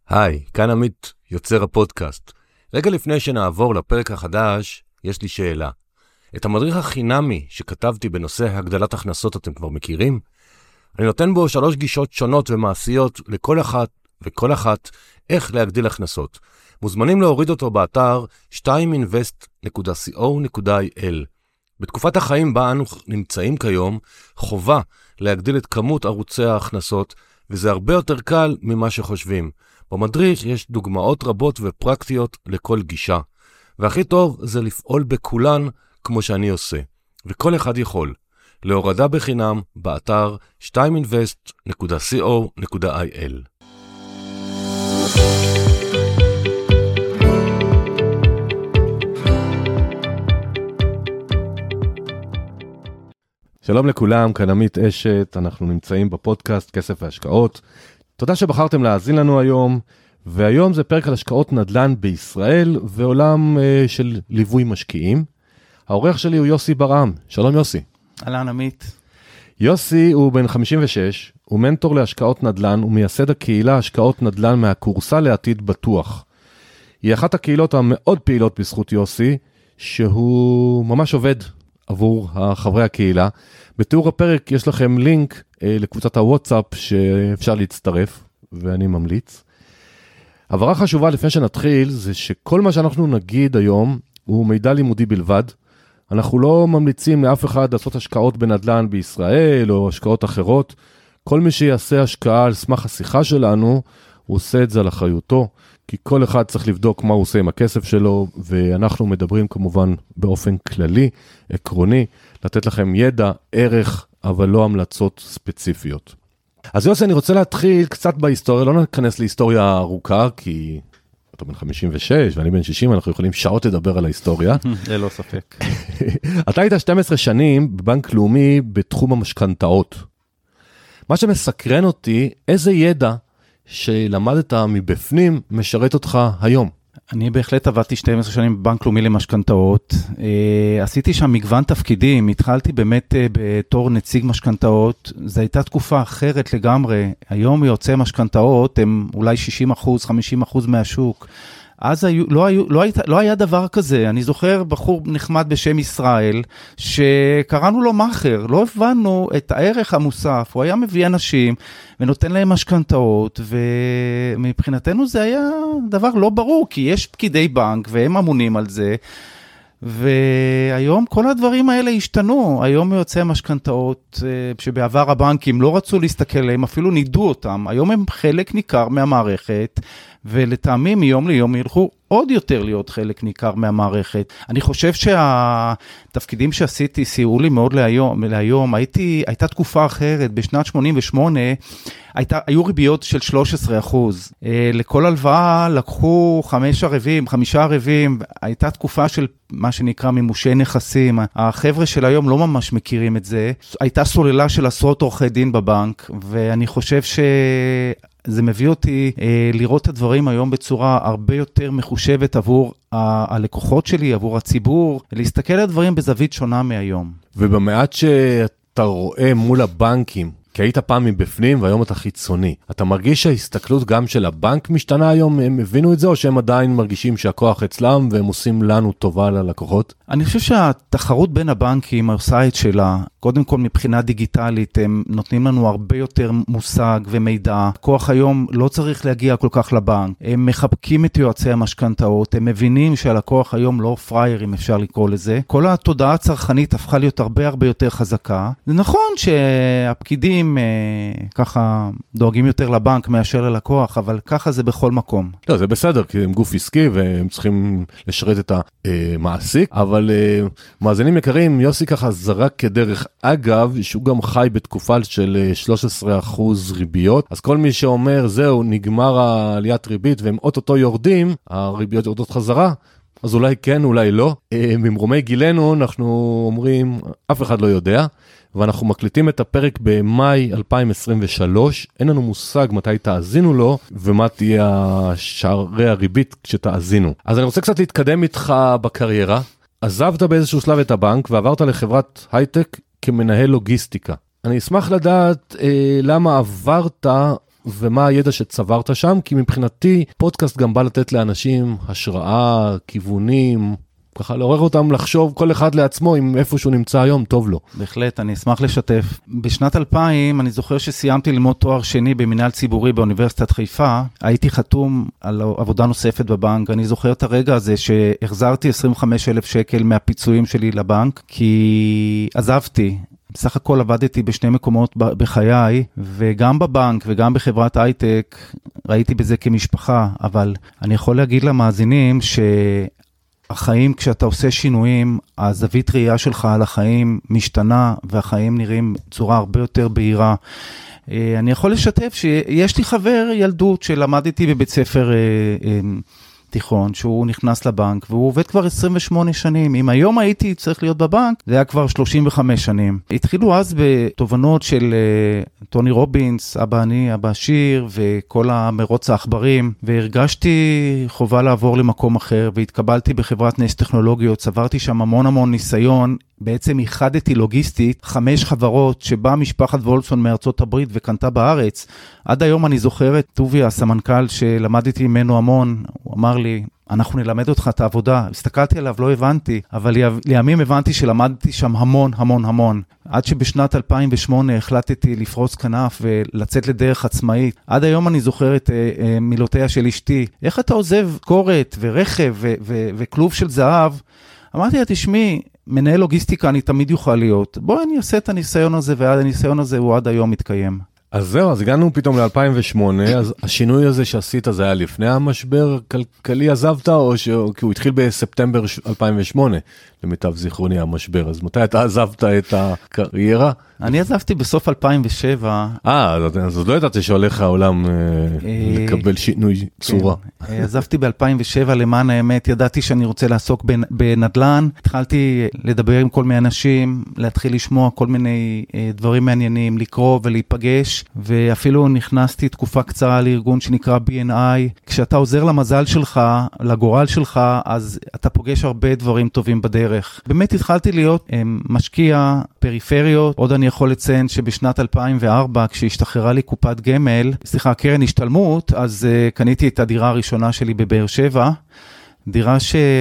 היי, כאן עמית, יוצר הפודקאסט. רגע לפני שנעבור לפרק החדש, יש לי שאלה. את המדריך החינמי שכתבתי בנושא הגדלת הכנסות אתם כבר מכירים? אני נותן בו 3 גישות שונות ומעשיות לכל אחת וכל אחת איך להגדיל הכנסות. מוזמנים להוריד אותו באתר 2invest.co.il. בתקופת החיים בה אנו נמצאים כיום, חובה להגדיל את כמות ערוצי ההכנסות, וזה הרבה יותר קל ממה שחושבים. במדריך יש דוגמאות רבות ופרקטיות לכל גישה, והכי טוב זה לפעול בכולן כמו שאני עושה, וכל אחד יכול. להורדה בחינם באתר 2invest.co.il. שלום לכולם, כאן עמית אשת, אנחנו נמצאים בפודקאסט כסף והשקעות. תודה שבחרתם להאזין לנו היום, והיום זה פרק על השקעות נדל"ן בישראל ועולם של ליווי משקיעים. העורך שלי הוא יוסי ברעם. שלום יוסי. אהלן עמית. יוסי הוא בן 56, הוא מנטור להשקעות נדל"ן ומייסד הקהילה השקעות נדל"ן מהקורסה לעתיד בטוח. היא אחת הקהילות המאוד פעילות בזכות יוסי, שהוא ממש עובד עבור חברי הקהילה. בתיאור הפרק יש לכם לינק לקבוצת הוואטסאפ שאפשר להצטרף, ואני ממליץ. הבהרה חשובה לפני שנתחיל זה שכל מה שאנחנו נגיד היום הוא מידע לימודי בלבד. אנחנו לא ממליצים לאף אחד לעשות השקעות בנדל"ן בישראל או השקעות אחרות. כל מי שיעשה השקעה על סמך השיחה שלנו, הוא עושה את זה על אחריותו, כי כל אחד צריך לבדוק מה הוא עושה עם הכסף שלו, ואנחנו מדברים כמובן באופן כללי, עקרוני, לתת לכם ידע, ערך, אבל לא המלצות ספציפיות. אז יוסי, אני רוצה להתחיל קצת בהיסטוריה, לא נכנס להיסטוריה ארוכה, כי אתה בן 56 ואני בן 60, אנחנו יכולים שעות לדבר על ההיסטוריה. זה לא ספק. אתה היית 12 שנים בבנק לאומי בתחום המשכנתאות. מה שמסקרן אותי, איזה ידע שלמדת מבפנים משרת אותך היום? אני בהחלט עבדתי 12 שנים בבנק לאומי למשכנתאות, עשיתי שם מגוון תפקידים, התחלתי באמת בתור נציג משכנתאות, זו הייתה תקופה אחרת לגמרי, היום יוצאי משכנתאות הם אולי 60%, 50% מהשוק, אז לא היה דבר כזה. אני זוכר בחור נחמד בשם ישראל, שקראנו לו מאחר, לא הבנו את הערך המוסף, הוא היה מביא אנשים ונותן להם משכנתאות, ומבחינתנו זה היה דבר לא ברור, כי יש פקידי בנק והם אמונים על זה, והיום כל הדברים האלה השתנו. היום יוצאי המשכנתאות שבעבר הבנקים לא רצו להסתכל עליהם, אפילו נידו אותם, היום הם חלק ניכר מהמערכת, ולטעמים מיום ליום ילכו עוד יותר להיות חלק ניכר מהמערכת. אני חושב שהתפקידים שעשיתי סייעו לי מאוד להיום. הייתה תקופה אחרת, בשנת 88, היו ריביות של 13%. לכל הלוואה לקחו 5 ערבים, הייתה תקופה של מה שנקרא מימושי נכסים. החבר'ה של היום לא ממש מכירים את זה. הייתה סוללה של עשרות עורכי דין בבנק, ואני חושב זה מביא אותי לראות את הדברים היום בצורה הרבה יותר מחושבת עבור הלקוחות שלי, עבור הציבור, להסתכל על הדברים בזווית שונה מהיום. ובמעט שאתה רואה מול הבנקים, כי היית פעם מבפנים והיום אתה חיצוני, אתה מרגיש שההסתכלות גם של הבנק משתנה היום? הם הבינו את זה או שהם עדיין מרגישים שהכוח אצלם והם עושים לנו טובה ללקוחות? אני חושב שהתחרות בין הבנקים עושה את שלה. קודם כל מבחינה דיגיטלית הם נותנים לנו הרבה יותר מושג ומידע. הכוח היום לא צריך להגיע כל כך לבנק. הם מחבקים את יועצי המשכנתאות, הם מבינים שהלקוח היום לא פרייר, אם אפשר לקרוא לזה. כל התודעה הצרכנית הפכה להיות הרבה יותר חזקה. זה נכון שהפקידים ככה דואגים יותר לבנק מאשר ללקוח, אבל ככה זה בכל מקום. לא, זה בסדר, כי הם גוף עסקי והם צריכים לשרת את המעסיק, אבל מאזינים יקרים, יוסי ככה זרק כדרך אגב, שהוא גם חי בתקופה של 13% ריביות, אז כל מי שאומר, זהו, נגמר העליית ריבית, והם אוטוטו יורדים, הריביות יורדות חזרה, אז אולי כן, אולי לא. ממרומי גילנו אנחנו אומרים, אף אחד לא יודע, ואנחנו מקליטים את הפרק במאי 2023, אין לנו מושג מתי תאזינו לו, ומה תהיה שערי הריבית כשתאזינו. אז אני רוצה קצת להתקדם איתך בקריירה. עזבת באיזשהו שלב את הבנק, ועברת לחברת הייטק כמנהל לוגיסטיקה. אני אשמח לדעת למה עברת ומה הידע שצברת שם, כי מבחינתי פודקאסט גם בא לתת לאנשים השראה, כיוונים, ככה לעורר אותם לחשוב כל אחד לעצמו, אם איפה שהוא נמצא היום, טוב לו. בהחלט, אני אשמח לשתף. בשנת 2000, אני זוכר שסיימתי ללמוד תואר שני במנהל ציבורי באוניברסיטת חיפה, הייתי חתום על עבודה נוספת בבנק, אני זוכר את הרגע הזה שהחזרתי 25,000 שקל מהפיצויים שלי לבנק, כי עזבתי. בסך הכל עבדתי בשני מקומות בחיי, וגם בבנק וגם בחברת הייטק, ראיתי בזה כמשפחה, אבל אני יכול להגיד למאזינים החיים, כשאתה עושה שינויים, הזווית ראייה שלך על החיים משתנה, והחיים נראים צורה הרבה יותר בהירה. אני יכול לשתף שיש לי חבר ילדות שלמדתי בבית ספר תיכון, שהוא נכנס לבנק, והוא עובד כבר 28 שנים. אם היום הייתי צריך להיות בבנק, זה היה כבר 35 שנים. התחילו אז בתובנות של טוני רובינס, אבא אני, אבא עשיר, וכל המרוץ העכברים, והרגשתי חובה לעבור למקום אחר, והתקבלתי בחברת נס טכנולוגיות, צברתי שם המון ניסיון, בעצם איחדתי לוגיסטית 5 חברות שבה משפחת וולפסון מארצות הברית וקנתה בארץ. עד היום אני זוכר את טובי, הסמנכ"ל שלמדתי ממנו המון, הוא אמר לי, אנחנו נלמד אותך את העבודה. הסתכלתי עליו, לא הבנתי, אבל לימים הבנתי שלמדתי שם המון. עד שבשנת 2008 החלטתי לפרוץ כנף ולצאת לדרך עצמאית. עד היום אני זוכר את מילותיה של אשתי, איך אתה עוזב קורת ורכב וכלוב של זהב? אמרתי לה, תשמעי, מנהל לוגיסטיקה אני תמיד יוכל להיות. בואי אני אעשה את הניסיון הזה, ועד הניסיון הזה הוא עד היום מתקיים. אז זהו, אז הגענו פתאום ל-2008, אז השינוי הזה שעשית זה היה לפני המשבר כלכלי עזבת, או כי הוא התחיל בספטמבר 2008, למיטב זיכרוני המשבר, אז מתי אתה עזבת את הקריירה? אני עזבתי בסוף 2007. אז עוד לא ידעתי שהולך העולם לקבל שינוי צורה. עזבתי ב-2007, למען האמת, ידעתי שאני רוצה לעסוק בנדל"ן, התחלתי לדבר עם כל מיני אנשים, להתחיל לשמוע כל מיני דברים מעניינים, לקרוא ולהיפגש, ואפילו נכנסתי תקופה קצרה לארגון שנקרא B&I, כשאתה עוזר למזל שלך, לגורל שלך, אז אתה פוגש הרבה דברים טובים בדרך. באמת התחלתי להיות משקיע פריפריות, עוד אני יכול לציין שבשנת 2004, כשהשתחררה לי קופת גמל, קרן השתלמות, אז קניתי את הדירה הראשונה שלי בבאר שבע, דירה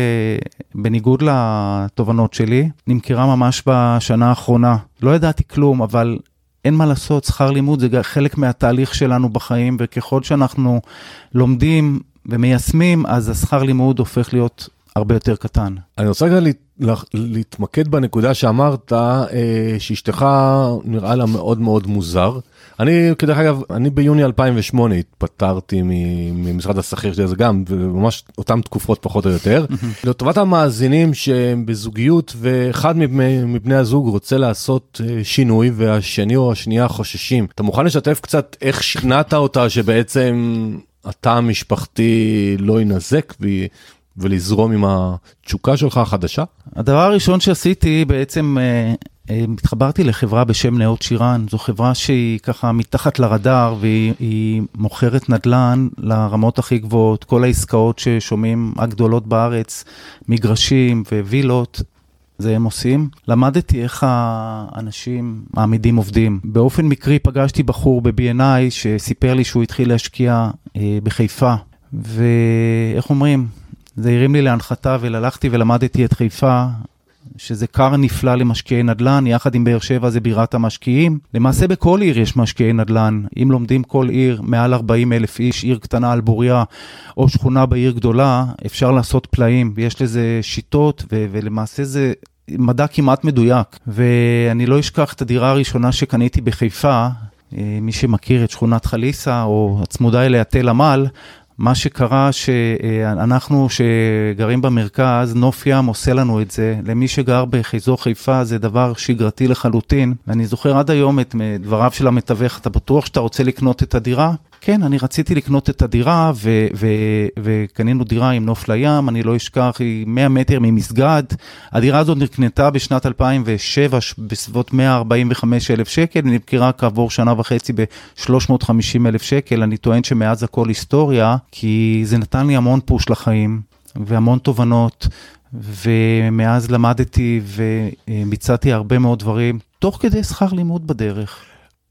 שבניגוד לתובנות שלי, נמכרה ממש בשנה האחרונה. לא ידעתי כלום, אבל אין מה לעשות, שכר לימוד זה חלק מהתהליך שלנו בחיים, וככל שאנחנו לומדים ומיישמים, אז השכר לימוד הופך להיות הרבה יותר קטן. אני רוצה רגע להתמקד בנקודה שאמרת, שאשתך נראה לה מאוד מאוד מוזר. כדרך אגב, אני ביוני 2008 התפטרתי ממשרד השכיר שלי, זה גם, ממש אותם תקופות פחות או יותר. לטובת המאזינים שהם בזוגיות, ואחד מבני הזוג רוצה לעשות שינוי, והשני או השנייה חוששים. אתה מוכן לשתף קצת איך שכנעת אותה שבעצם התא המשפחתי לא ינזק ולזרום עם התשוקה שלך החדשה? הדבר הראשון שעשיתי בעצם התחברתי לחברה בשם נאות שירן, זו חברה שהיא ככה מתחת לרדאר, והיא מוכרת נדל"ן לרמות הכי גבוהות, כל העסקאות ששומעים הגדולות בארץ, מגרשים ווילות, זה הם עושים. למדתי איך האנשים מעמידים עובדים. באופן מקרי פגשתי בחור ב-B&I שסיפר לי שהוא התחיל להשקיע בחיפה, ואיך אומרים? זה הרים לי להנחתה וללכתי ולמדתי את חיפה, שזה קר נפלא למשקיעי נדל"ן, יחד עם באר שבע זה בירת המשקיעים. למעשה בכל עיר יש משקיעי נדל"ן, אם לומדים כל עיר מעל 40,000 איש, עיר קטנה על בוריה, או שכונה בעיר גדולה, אפשר לעשות פלאים, ויש לזה שיטות, ולמעשה זה מדע כמעט מדויק. ואני לא אשכח את הדירה הראשונה שקניתי בחיפה, מי שמכיר את שכונת חליסה, או הצמודה אליה תל עמל, מה שקרה שאנחנו שגרים במרכז, נוף ים עושה לנו את זה, למי שגר באזור חיפה זה דבר שגרתי לחלוטין, ואני זוכר עד היום את דבריו של המתווך, אתה בטוח שאתה רוצה לקנות את הדירה? כן, אני רציתי לקנות את הדירה, וקנינו דירה עם נוף לים, אני לא אשכח, היא 100 מטר ממסגד, הדירה הזאת נקנתה בשנת 2007, בסביבות 145,000 שקל, ונמכרה כעבור שנה וחצי ב-350,000 שקל, אני טוען שמאז הכל היסטוריה, כי זה נתן לי המון פוש לחיים, והמון תובנות, ומאז למדתי וביצעתי הרבה מאוד דברים, תוך כדי שכר לימוד בדרך.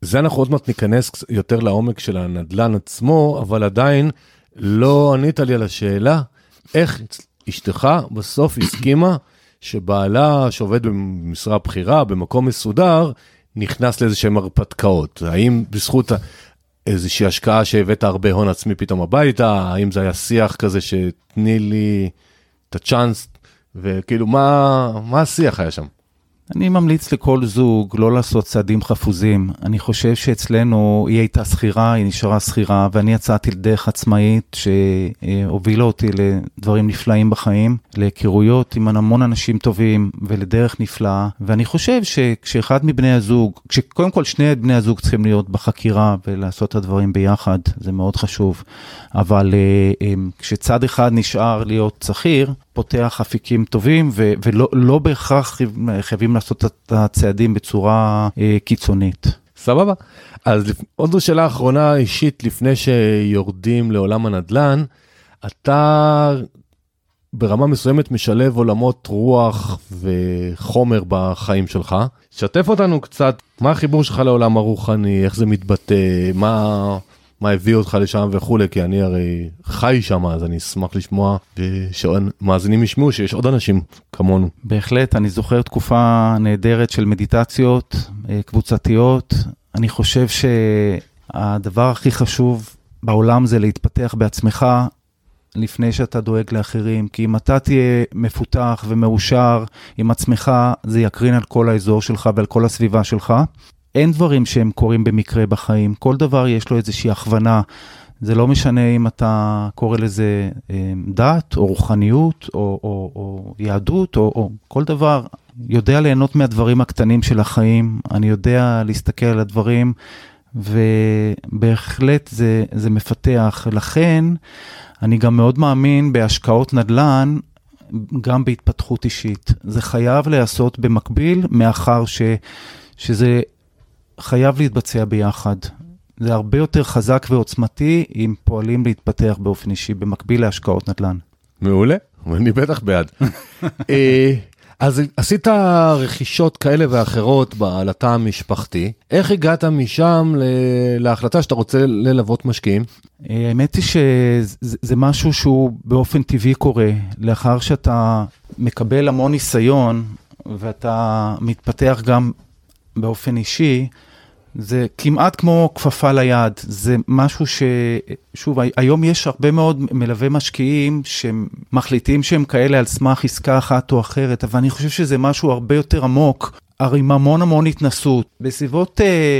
זה אנחנו עוד מעט ניכנס יותר לעומק של הנדל"ן עצמו, אבל עדיין לא ענית לי על השאלה, איך אשתך בסוף הסכימה שבעלה שעובד במשרה בחירה, במקום מסודר, נכנס לאיזשהם הרפתקאות. האם בזכות איזושהי השקעה שהבאת הרבה הון עצמי פתאום הביתה, האם זה היה שיח כזה שתני לי את הצ'אנס, וכאילו מה השיח היה שם? אני ממליץ לכל זוג לא לעשות צעדים חפוזים. אני חושב שאצלנו היא הייתה שכירה, היא נשארה שכירה, ואני יצאתי לדרך עצמאית שהובילה אותי לדברים נפלאים בחיים, להיכרויות עם המון אנשים טובים ולדרך נפלאה. ואני חושב שכשאחד מבני הזוג, כשקודם כל שני בני הזוג צריכים להיות בחקירה ולעשות את הדברים ביחד, זה מאוד חשוב. אבל כשצד אחד נשאר להיות שכיר, פותח אפיקים טובים, ולא בהכרח חייבים לעשות את הצעדים בצורה קיצונית. סבבה. אז עוד שאלה אחרונה אישית, לפני שיורדים לעולם הנדל"ן, אתה ברמה מסוימת משלב עולמות רוח וחומר בחיים שלך. שתף אותנו קצת, מה החיבור שלך לעולם הרוחני, איך זה מתבטא, מה הביא אותך לשם וכו', כי אני הרי חי שם, אז אני אשמח לשמוע, שמאזינים ישמעו שיש עוד אנשים כמונו. בהחלט, אני זוכר תקופה נהדרת של מדיטציות, קבוצתיות. אני חושב שהדבר הכי חשוב בעולם זה להתפתח בעצמך, לפני שאתה דואג לאחרים, כי אם אתה תהיה מפותח ומאושר עם עצמך, זה יקרין על כל האזור שלך ועל כל הסביבה שלך. אין דברים שהם קורים במקרה בחיים, כל דבר יש לו איזושהי הכוונה, זה לא משנה אם אתה קורא לזה דת או רוחניות או יהדות או כל דבר, יודע ליהנות מהדברים הקטנים של החיים, אני יודע להסתכל על הדברים ובהחלט זה מפתח, לכן אני גם מאוד מאמין בהשקעות נדל"ן, גם בהתפתחות אישית, זה חייב להיעשות במקביל, מאחר שזה חייב להתבצע ביחד. זה הרבה יותר חזק ועוצמתי אם פועלים להתפתח באופן אישי במקביל להשקעות נדל"ן. מעולה, אני בטח בעד. אז עשית רכישות כאלה ואחרות בעלתה המשפחתי. איך הגעת משם להחלטה שאתה רוצה ללוות משקיעים? האמת היא שזה משהו שהוא באופן טבעי קורה. לאחר שאתה מקבל המון ניסיון ואתה מתפתח גם באופן אישי, זה כמעט כמו כפפה ליד, זה משהו שוב, היום יש הרבה מאוד מלווה משקיעים שמחליטים שהם כאלה על סמך עסקה אחת או אחרת, אבל אני חושב שזה משהו הרבה יותר עמוק, הרי עם המון התנסות. בסביבות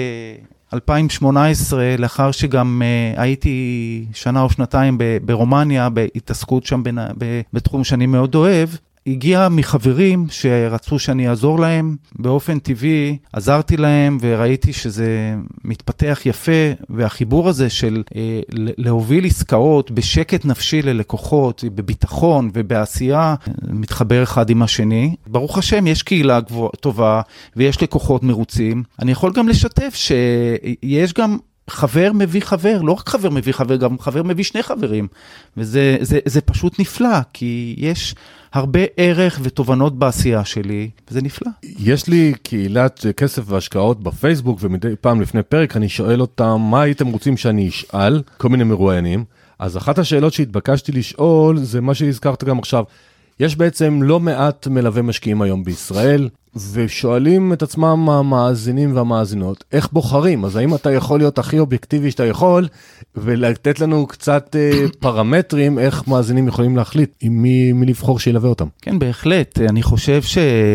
2018, לאחר שגם הייתי שנה או שנתיים ברומניה, בהתעסקות שם בתחום שאני מאוד אוהב, הגיע מחברים שרצו שאני אעזור להם, באופן טבעי עזרתי להם וראיתי שזה מתפתח יפה, והחיבור הזה של להוביל עסקאות בשקט נפשי ללקוחות, בביטחון ובעשייה, מתחבר אחד עם השני. ברוך השם, יש קהילה טובה ויש לקוחות מרוצים. אני יכול גם לשתף שיש גם חבר מביא חבר, לא רק חבר מביא חבר, גם חבר מביא שני חברים, וזה פשוט נפלא, כי יש הרבה ערך ותובנות בעשייה שלי, וזה נפלא. יש לי קהילת כסף והשקעות בפייסבוק, ומדי פעם לפני פרק אני שואל אותם, מה הייתם רוצים שאני אשאל? כל מיני מרואיינים. אז אחת השאלות שהתבקשתי לשאול, זה מה שהזכרת גם עכשיו. יש בעצם לא מעט מלווה משקיעים היום בישראל, ושואלים את עצמם המאזינים והמאזינות, איך בוחרים? אז האם אתה יכול להיות הכי אובייקטיבי שאתה יכול, ולתת לנו קצת פרמטרים, איך מאזינים יכולים להחליט, עם מי לבחור שילווה אותם? כן, בהחלט. אני חושב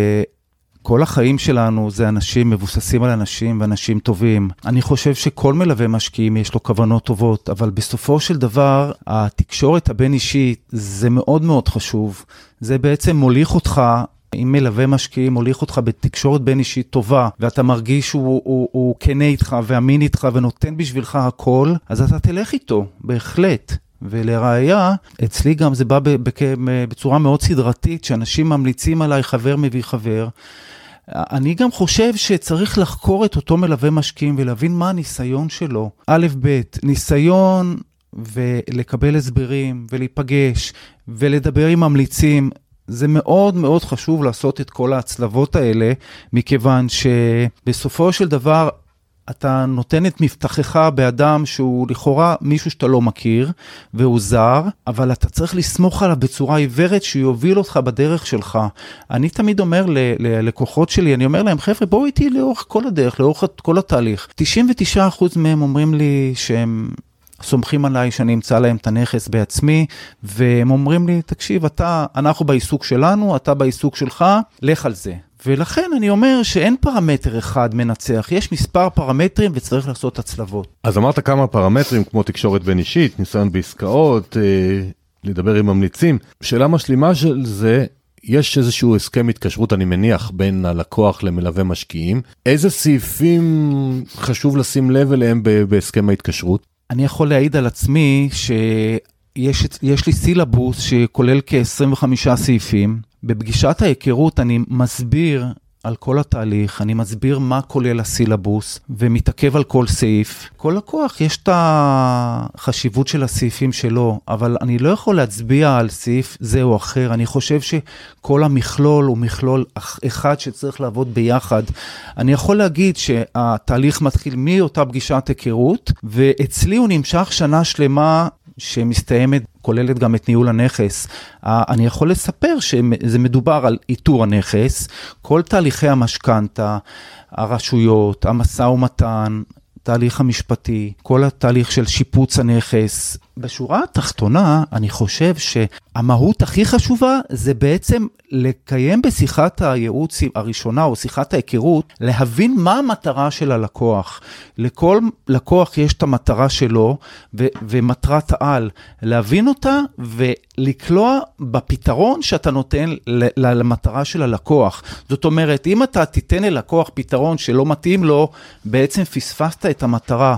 כל החיים שלנו זה אנשים מבוססים על אנשים ואנשים טובים. אני חושב שכל מלווה משקיעים יש לו כוונות טובות, אבל בסופו של דבר, התקשורת הבין אישית זה מאוד מאוד חשוב. זה בעצם מוליך אותך, אם מלווה משקיעים מוליך אותך בתקשורת בין אישית טובה, ואתה מרגיש שהוא כנה איתך ואמין איתך ונותן בשבילך הכל, אז אתה תלך איתו, בהחלט. ולראיה, אצלי גם זה בא בצורה מאוד סדרתית, שאנשים ממליצים עליי חבר מביא חבר. אני גם חושב שצריך לחקור את אותו מלווה משקיעים ולהבין מה הניסיון שלו. א' ב', ניסיון ולקבל הסברים ולהיפגש ולדבר עם ממליצים. זה מאוד מאוד חשוב לעשות את כל ההצלבות האלה, מכיוון שבסופו של דבר אתה נותן את מבטחך באדם שהוא לכאורה מישהו שאתה לא מכיר, והוא זר, אבל אתה צריך לסמוך עליו בצורה עיוורת, שיוביל אותך בדרך שלך. אני תמיד אומר ללקוחות שלי, אני אומר להם, חבר'ה, בואו איתי לאורך כל הדרך, לאורך כל התהליך. 99% מהם אומרים לי שהם סומכים עליי שאני אמצא להם את הנכס בעצמי, והם אומרים לי, תקשיב, אנחנו בעיסוק שלנו, אתה בעיסוק שלך, לך על זה. ולכן אני אומר שאין פרמטר אחד מנצח, יש מספר פרמטרים וצריך לעשות הצלבות. אז אמרת כמה פרמטרים כמו תקשורת בין אישית, ניסיון בעסקאות, לדבר עם ממליצים. שאלה משלימה של זה, יש איזשהו הסכם התקשרות, אני מניח, בין הלקוח למלווה משקיעים. איזה סעיפים חשוב לשים לב אליהם בהסכם ההתקשרות? אני יכול להעיד על עצמי שיש לי סילבוס שכולל כ-25 סעיפים. בפגישת ההיכרות אני מסביר על כל התהליך, אני מסביר מה כולל הסילבוס, ומתעכב על כל סעיף. כל לקוח יש את החשיבות של הסעיפים שלו, אבל אני לא יכול להצביע על סעיף זה או אחר. אני חושב שכל המכלול הוא מכלול אחד שצריך לעבוד ביחד. אני יכול להגיד שהתהליך מתחיל מאותה פגישת היכרות, ואצלי הוא נמשך שנה שלמה שמסתיימת, כוללת גם את ניהול הנכס. אני יכול לספר שזה מדובר על איתור הנכס, כל תהליכי המשכנתה, הרשויות, המשא ומתן, תהליך המשפטי, כל התהליך של שיפוץ הנכס. בשורה התחתונה, אני חושב שהמהות הכי חשובה זה בעצם לקיים בשיחת הייעוץ הראשונה או שיחת ההיכרות, להבין מה המטרה של הלקוח. לכל לקוח יש את המטרה שלו ומטרת העל. להבין אותה ולקלוע בפתרון שאתה נותן למטרה של הלקוח. זאת אומרת, אם אתה תיתן ללקוח פתרון שלא מתאים לו, בעצם פספסת את המטרה.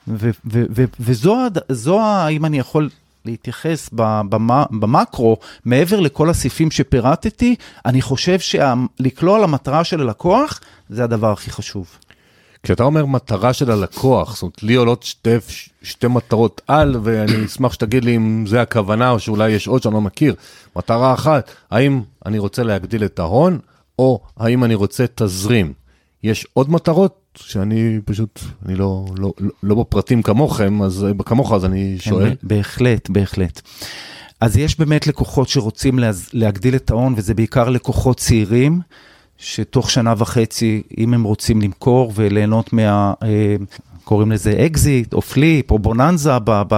וזו, אם אני יכול להתייחס במקרו, מעבר לכל הסעיפים שפירטתי, אני חושב שלקלוע למטרה של הלקוח, זה הדבר הכי חשוב. כשאתה אומר מטרה של הלקוח, זאת אומרת, לי עולות שתי מטרות על, ואני אשמח שתגיד לי אם זה הכוונה, או שאולי יש עוד שאני לא מכיר. מטרה אחת, האם אני רוצה להגדיל את ההון, או האם אני רוצה תזרים. יש עוד מטרות שאני פשוט, אני לא בפרטים כמוכם, אז אני שואל. בהחלט, בהחלט. אז יש באמת לקוחות שרוצים להגדיל את ההון, וזה בעיקר לקוחות צעירים, שתוך שנה וחצי, אם הם רוצים למכור וליהנות קוראים לזה אקזיט, או פליפ, או בוננזה,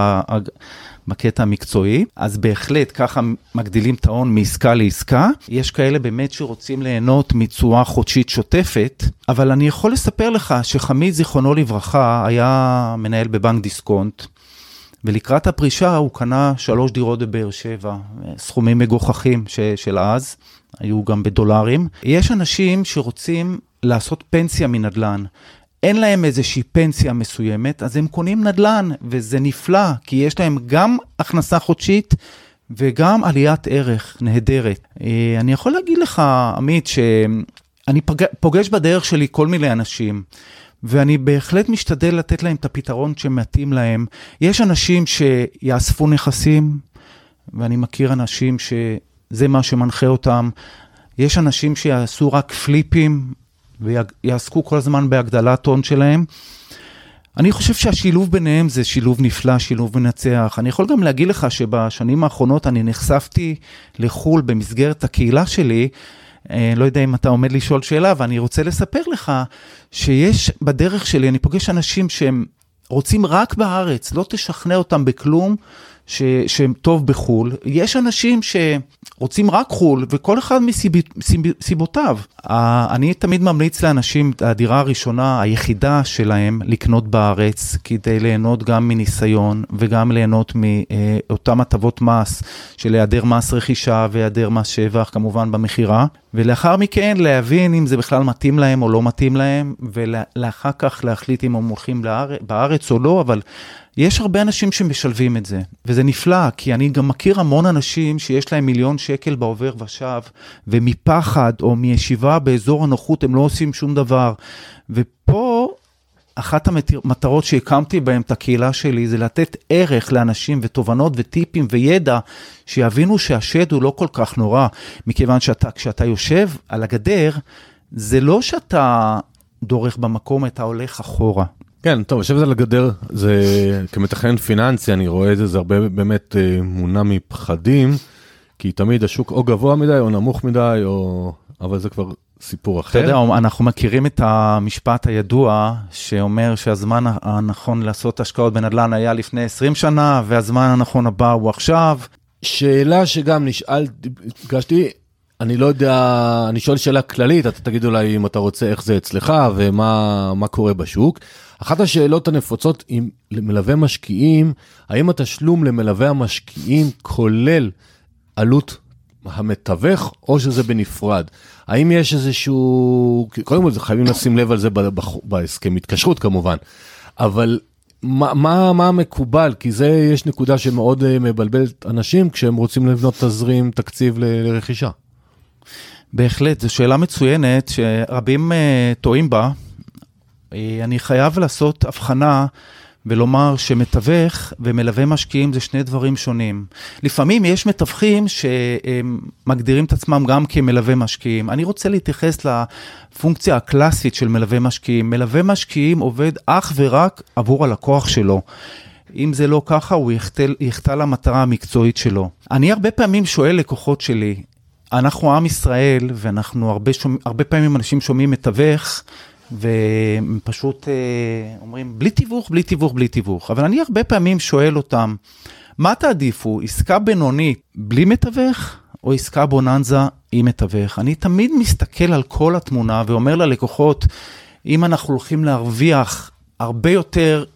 בקטע המקצועי, אז בהחלט ככה מגדילים את ההון מעסקה לעסקה. יש כאלה באמת שרוצים ליהנות מצורה חודשית שוטפת, אבל אני יכול לספר לך שחמיד זיכרונו לברכה היה מנהל בבנק דיסקונט, ולקראת הפרישה הוא קנה 3 דירות בבאר שבע, סכומים מגוחכים של אז, היו גם בדולרים. יש אנשים שרוצים לעשות פנסיה מנדל"ן, אין להם איזושהי פנסיה מסוימת, אז הם קונים נדל"ן, וזה נפלא, כי יש להם גם הכנסה חודשית, וגם עליית ערך נהדרת. אני יכול להגיד לך, עמית, שאני פוגש בדרך שלי כל מיני אנשים, ואני בהחלט משתדל לתת להם את הפתרון שמתאים להם. יש אנשים שיאספו נכסים, ואני מכיר אנשים שזה מה שמנחה אותם. יש אנשים שיעשו רק פליפים, ויעסקו כל הזמן בהגדלת הון שלהם. אני חושב שהשילוב ביניהם זה שילוב נפלא, שילוב מנצח. אני יכול גם להגיד לך שבשנים האחרונות אני נחשפתי לחול במסגרת הקהילה שלי, לא יודע אם אתה עומד לשאול שאלה, ואני רוצה לספר לך שיש בדרך שלי, אני פוגש אנשים שהם רוצים רק בארץ, לא תשכנע אותם בכלום, שהם טוב בחול. יש אנשים שרוצים רק חול, וכל אחד מסיבותיו. אני תמיד ממליץ לאנשים, הדירה הראשונה, היחידה שלהם, לקנות בארץ, כדי ליהנות גם מניסיון, וגם ליהנות מאותם הטבות מס, של היעדר מס רכישה, והיעדר מס שבח, כמובן במחירה. ולאחר מכן להבין אם זה בכלל מתאים להם או לא מתאים להם, ולאחר כך להחליט אם הם הולכים בארץ או לא, אבל יש הרבה אנשים שמשלבים את זה, וזה נפלא, כי אני גם מכיר המון אנשים שיש להם 1,000,000 שקל בעובר ושב, ומפחד או מישיבה באזור הנוחות הם לא עושים שום דבר. ופה אחת המטרות שהקמתי בהם את הקהילה שלי, זה לתת ערך לאנשים ותובנות וטיפים וידע, שיבינו שהשד הוא לא כל כך נורא, מכיוון כשאתה יושב על הגדר, זה לא שאתה דורך במקום, אתה הולך אחורה. כן, טוב, יושב זה לגדר, זה כמתכנן פיננסי, אני רואה את זה, זה הרבה באמת מונע מפחדים, כי תמיד השוק או גבוה מדי, או נמוך מדי, אבל זה כבר סיפור אחר. אתה יודע, אנחנו מכירים את המשפט הידוע, שאומר שהזמן הנכון לעשות השקעות בנדל"ן היה לפני 20 שנה, והזמן הנכון הבא הוא עכשיו. שאלה שגם גשתי, אני לא יודע, אני שואל שאלה כללית, אתה תגיד אולי אם אתה רוצה איך זה אצלך, ומה קורה בשוק. אחת השאלות הנפוצות עם מלווה משקיעים, האם התשלום למלווה המשקיעים כולל עלות המתווך, או שזה בנפרד? האם יש איזשהו, קודם כל חייבים לשים לב על זה בהסכם התקשרות כמובן, אבל מה מקובל? כי זה יש נקודה שמאוד מבלבלת אנשים, כשהם רוצים לבנות תזרים תקציב לרכישה. בהחלט, זו שאלה מצוינת, שרבים טועים בה. אני חייב לעשות הבחנה, ולומר שמתווך ומלווה משקיעים זה שני דברים שונים. לפעמים יש מתווכים שמגדירים את עצמם גם כמלווה משקיעים. אני רוצה להתייחס לפונקציה הקלאסית של מלווה משקיעים. מלווה משקיעים עובד אך ורק עבור הלקוח שלו. אם זה לא ככה, הוא יחטא למטרה המקצועית שלו. אני הרבה פעמים שואל לקוחות שלי, אנחנו עם ישראל, ואנחנו הרבה פעמים אנשים שומעים מתווך, ופשוט אומרים, בלי תיווך, בלי תיווך, בלי תיווך. אבל אני הרבה פעמים שואל אותם, מה תעדיפו, עסקה בינונית בלי מתווך, או עסקה בוננזה עם מתווך? אני תמיד מסתכל על כל התמונה, ואומר ללקוחות, אם אנחנו הולכים להרוויח הרבה יותר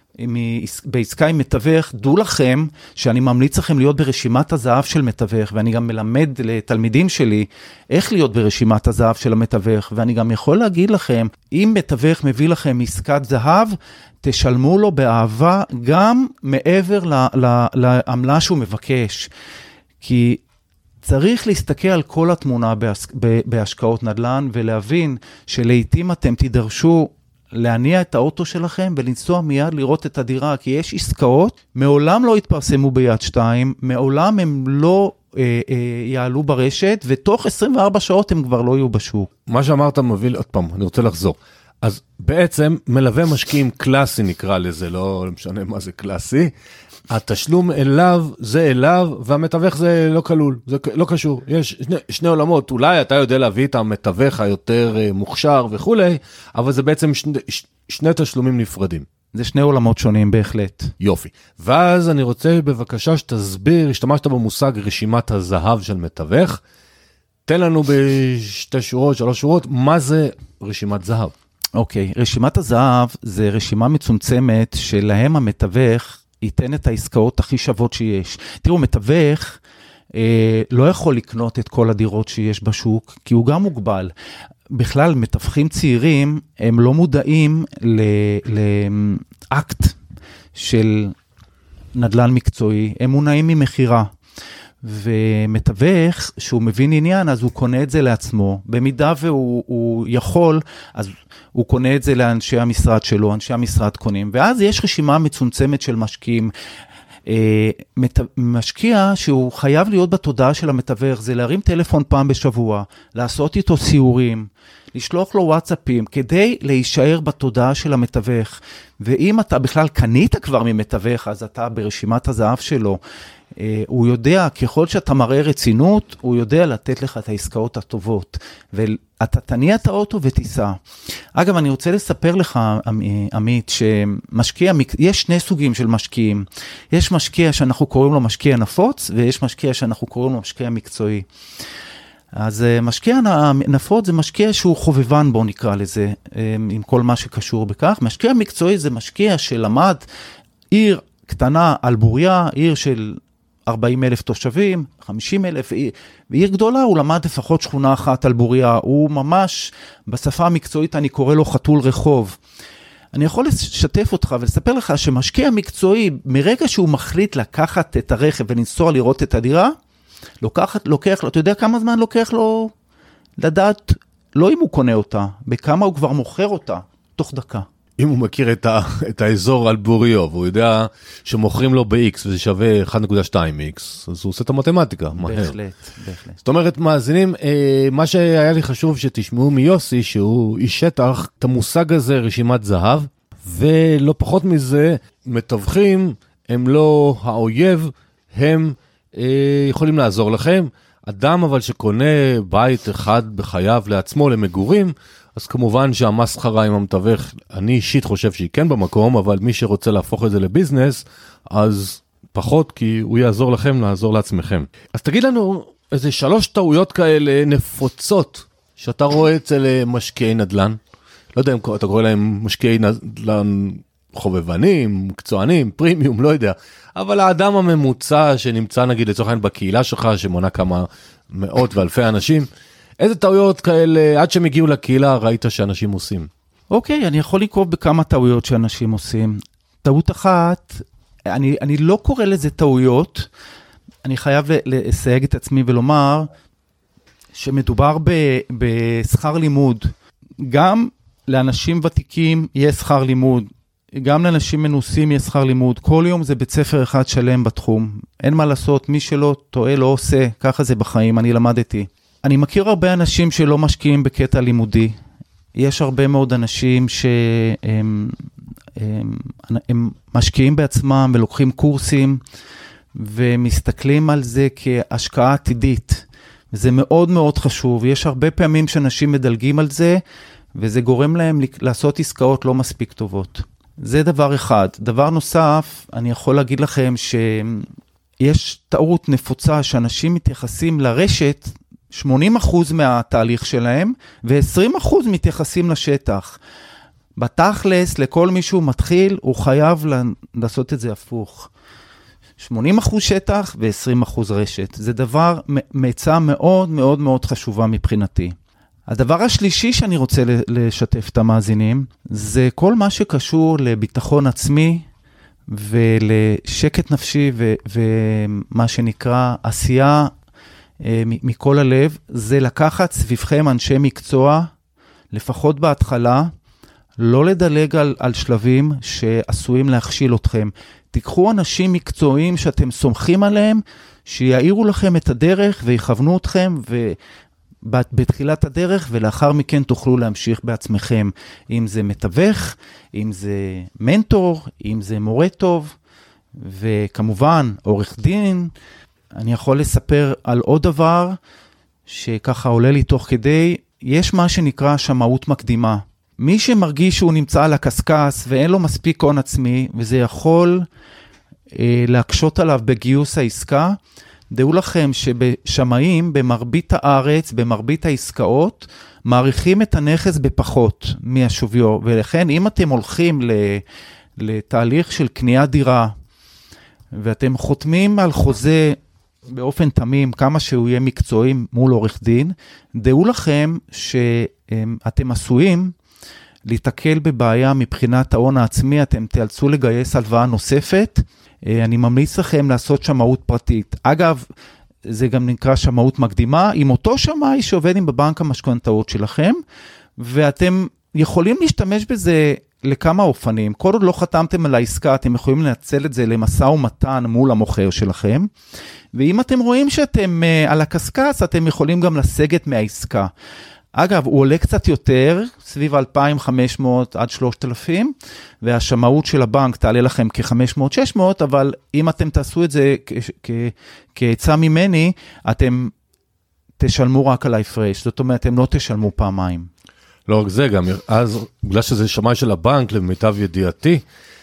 בעסקה עם מתווך, דעו לכם שאני ממליץ לכם להיות ברשימת הזהב של מתווך, ואני גם מלמד לתלמידים שלי איך להיות ברשימת הזהב של המתווך, ואני גם יכול להגיד לכם, אם מתווך מביא לכם עסקת זהב, תשלמו לו באהבה גם מעבר לעמלה שהוא מבקש, כי צריך להסתכל על כל התמונה בהשקעות נדל"ן, ולהבין שלעיתים אתם תידרשו להניע את האוטו שלכם ולנסוע מיד לראות את הדירה, כי יש עסקאות, מעולם לא התפרסמו ביד 2, מעולם הם לא יעלו ברשת, ותוך 24 שעות הם כבר לא יהיו בשוק. מה שאמרת מוביל, עוד פעם, אני רוצה לחזור. אז בעצם מלווה משקיעים קלאסי נקרא לזה, לא משנה מה זה קלאסי, התשלום אליו זה אליו, והמתווך זה לא כלול, זה לא קשור. יש שני עולמות, אולי אתה יודע להביא את המתווך היותר מוכשר וכולי, אבל זה בעצם שני תשלומים נפרדים. זה שני עולמות שונים בהחלט. יופי. ואז אני רוצה בבקשה שתסביר, השתמשת במושג רשימת הזהב של מתווך, תן לנו בשתי שורות, 3 שורות, מה זה רשימת זהב? אוקיי, רשימת הזהב זה רשימה מצומצמת שלהם המתווך ייתן את העסקאות הכי שוות שיש. תראו, מתווך לא יכול לקנות את כל הדירות שיש בשוק, כי הוא גם מוגבל. בכלל, מתווכים צעירים, הם לא מודעים לאקט של נדל"ן מקצועי, הם מונעים ממחירה. ומתווך, שהוא מבין עניין, אז הוא קונה את זה לעצמו. במידה והוא יכול, אז הוא קונה את זה לאנשי המשרד שלו, אנשי המשרד קונים. ואז יש רשימה מצומצמת של משקיעים. משקיע שהוא חייב להיות בתודעה של המתווך, זה להרים טלפון פעם בשבוע, לעשות איתו סיורים, לשלוח לו וואטסאפים, כדי להישאר בתודעה של המתווך. ואם אתה בכלל קנית כבר ממתווך, אז אתה ברשימת הזהב שלו, הוא יודע, ככל שאתה מראה רצינות, הוא יודע לתת לך את העסקאות הטובות, ואתה תניע את האוטו ותיסע. אגב, אני רוצה לספר לך, עמית, שמשקיע, יש שני סוגים של משקיעים. יש משקיע שאנחנו קוראים לו משקיע נפוץ, ויש משקיע שאנחנו קוראים לו משקיע מקצועי. אז משקיע נפוץ זה משקיע שהוא חובבן, בוא נקרא לזה, עם כל מה שקשור בכך. משקיע מקצועי זה משקיע שלמד עיר קטנה על בוריה, עיר של 40,000 תושבים, 50,000, ועיר גדולה, הוא למד לפחות שכונה אחת על בוריה, הוא ממש, בשפה המקצועית אני קורא לו חתול רחוב. אני יכול לשתף אותך ולספר לך שמשקיע מקצועי, מרגע שהוא מחליט לקחת את הרכב ולנסוע לראות את הדירה, לוקח לו, אתה יודע כמה זמן לוקח לו לדעת, לא אם הוא קונה אותה, בכמה הוא כבר מוכר אותה, תוך דקה. אם הוא מכיר את האזור על בוריו, והוא יודע שמוכרים לו ב-X וזה שווה 1.2X, אז הוא עושה את המתמטיקה. בהחלט. זאת אומרת, מאזינים, מה שהיה לי חשוב שתשמעו מיוסי, שהוא איש שטח, את המושג הזה רשימת זהב, ולא פחות מזה, מתווכים, הם לא האויב, הם יכולים לעזור לכם. אדם אבל שקונה בית אחד בחייו לעצמו למגורים, אז כמובן שהמסחרה עם המתווך, אני אישית חושב שהיא כן במקום, אבל מי שרוצה להפוך את זה לביזנס, אז פחות, כי הוא יעזור לכם לעזור לעצמכם. אז תגיד לנו איזה 3 טעויות כאלה נפוצות, שאתה רואה אצל משקיעי נדל"ן. לא יודע אם אתה קורא להם משקיעי נדל"ן חובבנים, מקצוענים, פרימיום, לא יודע. אבל האדם הממוצע שנמצא נגיד לצורך העניין בקהילה שלך, שמונה כמה מאות ואלפי אנשים, איזה טעויות כאלה, עד שהם הגיעו לקהילה, ראית שאנשים עושים? אוקיי, אני יכול לקרוא בכמה טעויות שאנשים עושים. טעות אחת, אני לא קורא לזה טעויות, אני חייב לסייג את עצמי ולומר, שמדובר בשכר לימוד. גם לאנשים ותיקים יש שכר לימוד, גם לאנשים מנוסים יש שכר לימוד. כל יום זה בית ספר אחד שלם בתחום. אין מה לעשות, מי שלא טועה לא עושה, ככה זה בחיים, אני למדתי. אני מכיר הרבה אנשים שלא משקיעים בקטע לימודי. יש הרבה מאוד אנשים שהם משקיעים בעצמם ולוקחים קורסים, ומסתכלים על זה כהשקעה עתידית. זה מאוד מאוד חשוב. יש הרבה פעמים שאנשים מדלגים על זה, וזה גורם להם לעשות עסקאות לא מספיק טובות. זה דבר אחד. דבר נוסף, אני יכול להגיד לכם שיש טעות נפוצה שאנשים מתייחסים לרשת, 80% מהתהליך שלהם, ו20% מתייחסים לשטח. בתכלס, לכל מישהו מתחיל, הוא חייב לעשות את זה הפוך. 80% שטח ו20% רשת. זה דבר, מצע מאוד מאוד מאוד חשובה מבחינתי. הדבר השלישי שאני רוצה לשתף את המאזינים, זה כל מה שקשור לביטחון עצמי, ולשקט נפשי, ומה שנקרא עשייה מכל הלב, זה לקחת סביבכם אנשי מקצוע, לפחות בהתחלה, לא לדלג על שלבים שעשויים להכשיל אתכם. תיקחו אנשים מקצועיים שאתם סומכים עליהם, שיעירו לכם את הדרך ויכוונו אתכם בתחילת הדרך, ולאחר מכן תוכלו להמשיך בעצמכם. אם זה מתווך, אם זה מנטור, אם זה מורה טוב, וכמובן עורך דין. אני יכול לספר על עוד דבר שככה עולה לי תוך כדי, יש מה שנקרא שמאות מקדימה. מי שמרגיש שהוא נמצא על הקסקס ואין לו מספיק הון עצמי, וזה יכול להקשות עליו בגיוס העסקה, דעו לכם שבשמאים במרבית הארץ, במרבית העסקאות, מעריכים את הנכס בפחות מהשוויו, ולכן אם אתם הולכים לתהליך של קניית דירה, ואתם חותמים על חוזה באופן תמים, כמה שהוא יהיה מקצועי מול עורך דין, דעו לכם שאתם עשויים להתקל בבעיה מבחינת ההון העצמי, אתם תיאלצו לגייס הלוואה נוספת, אני ממליץ לכם לעשות שמאות פרטית. אגב, זה גם נקרא שמאות מקדימה, עם אותו שמאי שעובד עם בבנק המשכנתאות שלכם, ואתם יכולים להשתמש בזה לכמה אופנים. כל עוד לא חתמתם על העסקה, אתם יכולים לנצל את זה למשא ומתן מול המוכר שלכם, ואם אתם רואים שאתם על הקסקס, אתם יכולים גם לסגת מהעסקה. אגב, הוא עולה קצת יותר, סביב 2,500 עד 3,000, והשמאות של הבנק תעלה לכם כ-500-600, אבל אם אתם תעשו את זה כעצה ממני, אתם תשלמו רק על ההפרש, זאת אומרת, אתם לא תשלמו פעמיים. לא רק זה, גם אז, בגלל שזה שמאי של הבנק, למיטב ידיעתי,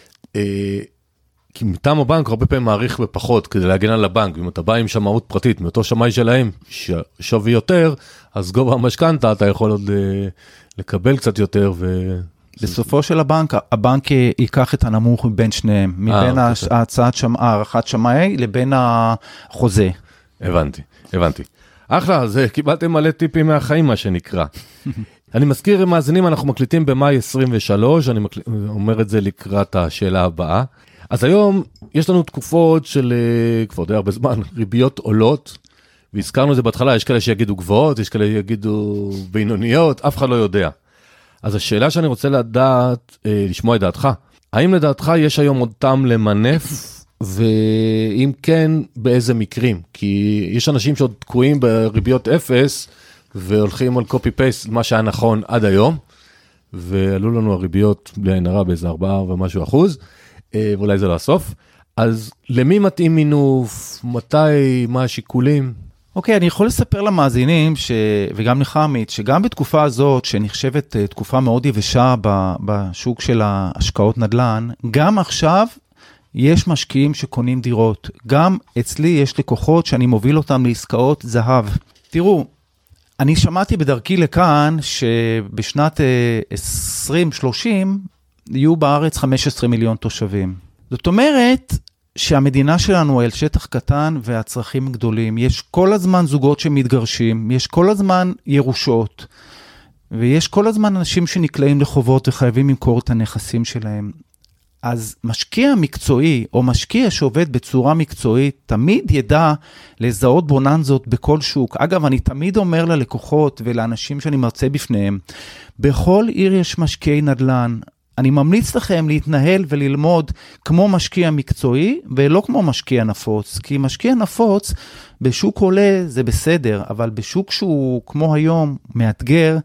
כי מטעם הבנק הרבה פעמים מעריך בפחות כדי להגן על הבנק, ואם אתה בא עם שמאות פרטית מאותו שמאי שלהם שווה יותר, אז גובה המשכנתא אתה יכול עוד לקבל קצת יותר. בסופו של הבנק ייקח את הנמוך מבין שניהם, מבין הערכת שמאי לבין החוזה. הבנתי. אחלה, אז קיבלתם מלא טיפים מהחיים מה שנקרא. אני מזכיר מאזינים, אנחנו מקליטים במאי 23, אני אומר את זה לקראת השאלה הבאה. אז היום יש לנו תקופות של כבר די הרבה זמן, ריביות עולות, והזכרנו את זה בהתחלה, יש כאלה שיגידו גבוהות, יש כאלה שיגידו בינוניות, אף אחד לא יודע. אז השאלה שאני רוצה לדעת, לשמוע את דעתך, האם לדעתך יש היום עוד טעם למנף, ואם כן, באיזה מקרים? כי יש אנשים שעוד תקועים בריביות אפס, והולכים על copy-paste, מה שהיה נכון עד היום, ועלו לנו הריביות בלי עין הרע באיזה 4 ומשהו אחוז, ואולי זה לא הסוף. אז למי מתאים מינוף? מתי? מה השיקולים? אוקיי, אני יכול לספר למאזינים, וגם לך עמית, שגם בתקופה הזאת, שנחשבת תקופה מאוד יבשה בשוק של ההשקעות נדל"ן, גם עכשיו יש משקיעים שקונים דירות. גם אצלי יש לקוחות שאני מוביל אותם לעסקאות זהב. תראו, אני שמעתי בדרכי לכאן שבשנת 2030 יהיו בארץ 15 מיליון תושבים. זאת אומרת שהמדינה שלנו על שטח קטן והצרכים גדולים. יש כל הזמן זוגות שמתגרשים, יש כל הזמן ירושות, ויש כל הזמן אנשים שנקלעים לחובות וחייבים למכור את הנכסים שלהם. אז משקיע מקצועי או משקיע שעובד בצורה מקצועית תמיד ידע לזהות בוננזות בכל שוק. אגב, אני תמיד אומר ללקוחות ולאנשים שאני מרצה בפניהם, בכל עיר יש משקיעי נדל"ן. אני ממליץ לכם להתנהל וללמוד כמו משקיע מקצועי ולא כמו משקיע נפוץ. כי משקיע נפוץ בשוק עולה זה בסדר, אבל בשוק שהוא כמו היום מאתגר,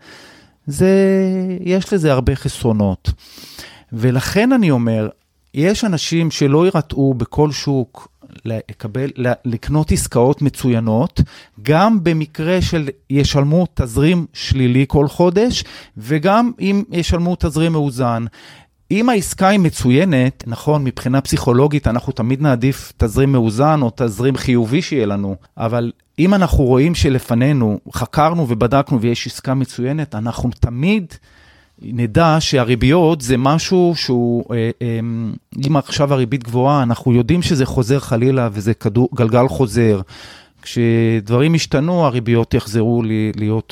יש לזה הרבה חסרונות. ולכן אני אומר, יש אנשים שלא ירתעו בכל שוק לקנות עסקאות מצוינות, גם במקרה של ישלמו תזרים שלילי כל חודש, וגם אם ישלמו תזרים מאוזן. אם העסקה היא מצוינת, נכון, מבחינה פסיכולוגית אנחנו תמיד נעדיף תזרים מאוזן או תזרים חיובי שיהיה לנו, אבל אם אנחנו רואים שלפנינו, חקרנו ובדקנו ויש עסקה מצוינת, אנחנו תמיד נדע שהריביות זה משהו שהוא, אם עכשיו הריבית גבוהה, אנחנו יודעים שזה חוזר חלילה וזה גלגל חוזר. כשדברים השתנו, הריביות יחזרו להיות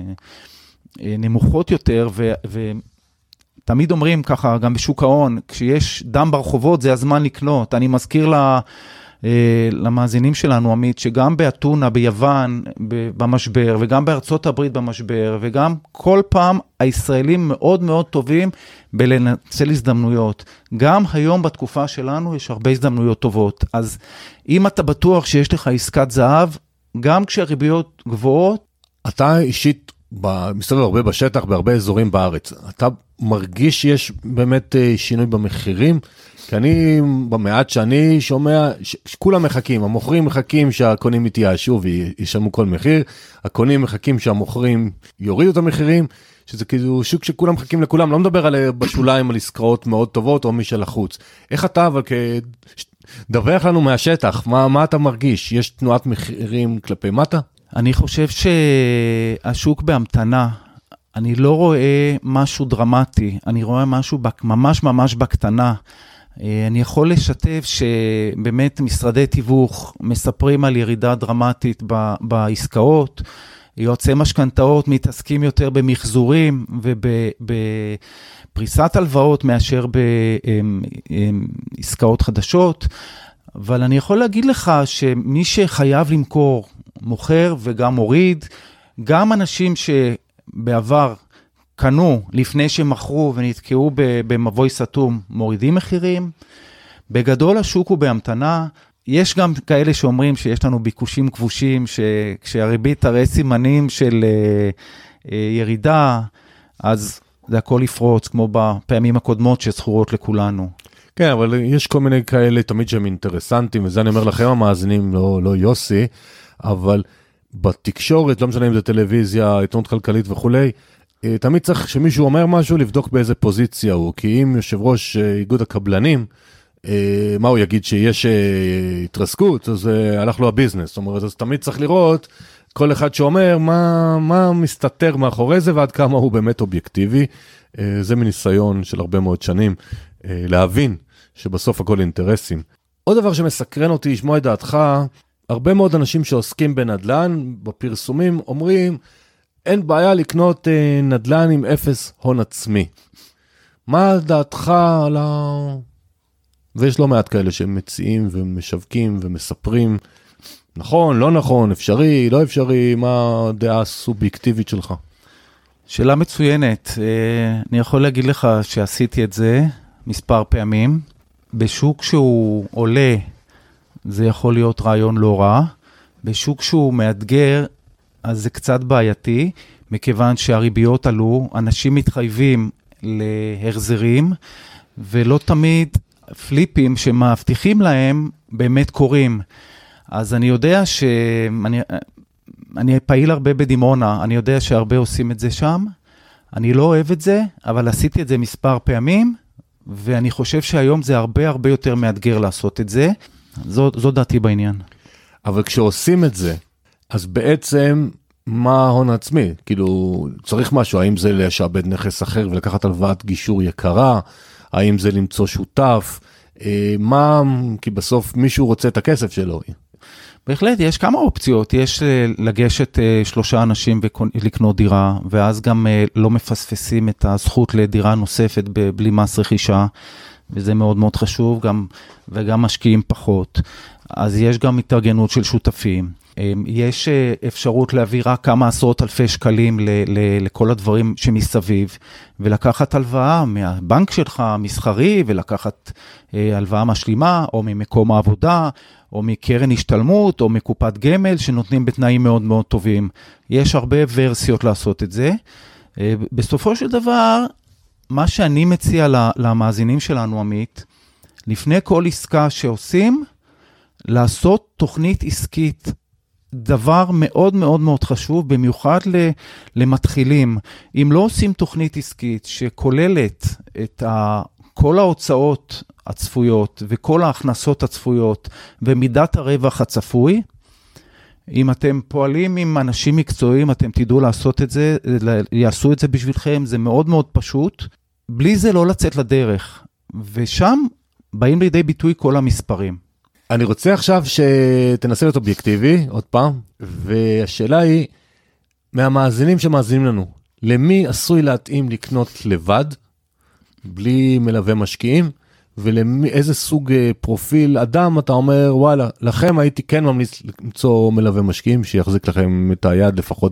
נמוכות יותר, ותמיד אומרים ככה, גם בשוק ההון, כשיש דם ברחובות זה הזמן לקנות. אני מזכיר למאזינים שלנו, עמית, שגם באתונה, ביוון, במשבר, וגם בארצות הברית במשבר, וגם כל פעם הישראלים מאוד מאוד טובים בלנצל הזדמנויות. גם היום בתקופה שלנו יש הרבה הזדמנויות טובות. אז אם אתה בטוח שיש לך עסקת זהב, גם כשהריביות גבוהות, אתה אישית מסתובב הרבה בשטח, בהרבה אזורים בארץ. אתה מרגיש שיש באמת שינוי במחירים? כי אני, במעט שאני שומע, שכולם מחכים, המוכרים מחכים שהקונים יתייאשו וישלמו כל מחיר, הקונים מחכים שהמוכרים יורידו את המחירים, שזה כאילו שוק שכולם מחכים לכולם, לא מדבר בשוליים על עסקאות מאוד טובות או מי של החוץ. איך אתה, אבל דווח לנו מהשטח, מה אתה מרגיש? יש תנועת מחירים כלפי מטה? אני חושב שהשוק בהמתנה, אני לא רואה משהו דרמטי, אני רואה משהו ממש ממש בקטנה. אני יכול לשתף שבאמת משרדי תיווך מספרים על ירידה דרמטית בעסקאות, יועצי משכנתאות מתעסקים יותר במחזורים ובפריסת הלוואות מאשר בעסקאות חדשות, אבל אני יכול להגיד לך שמי שחייב למכור מוכר וגם מוריד, גם אנשים שבעבר קנו לפני שמכרו ונתקעו במבוי סתום, מורידים מחירים. בגדול השוק הוא בהמתנה. יש גם כאלה שאומרים שיש לנו ביקושים כבושים, שכשהריבית תראה סימנים של ירידה, אז זה הכל יפרוץ, כמו בפעמים הקודמות שזכורות לכולנו. כן, אבל יש כל מיני כאלה תמיד שהם אינטרסנטים, וזה אני אומר לכם המאזינים, לא יוסי, אבל בתקשורת, לא משנה אם זה טלוויזיה, עיתונות כלכלית וכולי, תמיד צריך שמישהו אומר משהו, לבדוק באיזה פוזיציה הוא, כי אם יושב ראש איגוד הקבלנים, מה הוא יגיד שיש התרסקות, אז הלך לו הביזנס, זאת אומרת, אז תמיד צריך לראות כל אחד שאומר מה מסתתר מאחורי זה, ועד כמה הוא באמת אובייקטיבי, זה מניסיון של הרבה מאוד שנים, להבין שבסוף הכל אינטרסים. עוד דבר שמסקרן אותי, לשמוע את דעתך, הרבה מאוד אנשים שעוסקים בנדל"ן, בפרסומים, אומרים, אין בעיה לקנות נדל"ן עם אפס הון עצמי. מה דעתך על ויש לא מעט כאלה שמציעים ומשווקים ומספרים, נכון, לא נכון, אפשרי, לא אפשרי, מה הדעה הסובייקטיבית שלך? שאלה מצוינת. אני יכול להגיד לך שעשיתי את זה מספר פעמים. בשוק שהוא עולה, זה יכול להיות רעיון לא רע. בשוק שהוא מאתגר, אז זה קצת בעייתי, מכיוון שהריביות עלו, אנשים מתחייבים להחזרים, ולא תמיד פליפים שמבטיחים להם באמת קורים. אז אני יודע אני פעיל הרבה בדימונה, אני יודע שהרבה עושים את זה שם, אני לא אוהב את זה, אבל עשיתי את זה מספר פעמים, ואני חושב שהיום זה הרבה הרבה יותר מאתגר לעשות את זה. זו דעתי בעניין. אבל כשעושים את זה, אז בעצם מה ההון העצמי? כאילו, צריך משהו, האם זה לשעבד נכס אחר ולקחת הלוואת גישור יקרה? האם זה למצוא שותף? כי בסוף מישהו רוצה את הכסף שלו. בהחלט, יש כמה אופציות. יש לגשת 3 אנשים ולקנות דירה, ואז גם לא מפספסים את הזכות לדירה נוספת בלי מס רכישה, וזה מאוד מאוד חשוב, וגם משקיעים פחות. אז יש גם התארגנות של שותפים. יש אפשרות להביא רק כמה עשרות אלפי שקלים לכל הדברים שמסביב, ולקחת הלוואה מהבנק שלך, מסחרי, ולקחת הלוואה משלימה, או ממקום העבודה, או מקרן השתלמות, או מקופת גמל, שנותנים בתנאים מאוד מאוד טובים. יש הרבה ורסיות לעשות את זה. בסופו של דבר, מה שאני מציע למאזינים שלנו, עמית, לפני כל עסקה שעושים, לעשות תוכנית עסקית, דבר מאוד מאוד מאוד חשוב, במיוחד למתחילים. אם לא עושים תוכנית עסקית שכוללת את כל ההוצאות הצפויות וכל ההכנסות הצפויות ומידת הרווח הצפוי, אם אתם פועלים עם אנשים מקצועיים, אתם תדעו לעשות את זה, יעשו את זה בשבילכם, זה מאוד מאוד פשוט. בלי זה לא לצאת לדרך, ושם באים לידי ביטוי כל המספרים. אני רוצה עכשיו שתנסה להיות אובייקטיבי, עוד פעם, והשאלה היא, מהמאזינים שמאזינים לנו, למי עשוי להתאים לקנות לבד, בלי מלווה משקיעים, ולאיזה סוג פרופיל אדם אתה אומר, וואלה, לכם הייתי כן ממליץ למצוא מלווה משקיעים, שיחזיק לכם את היד לפחות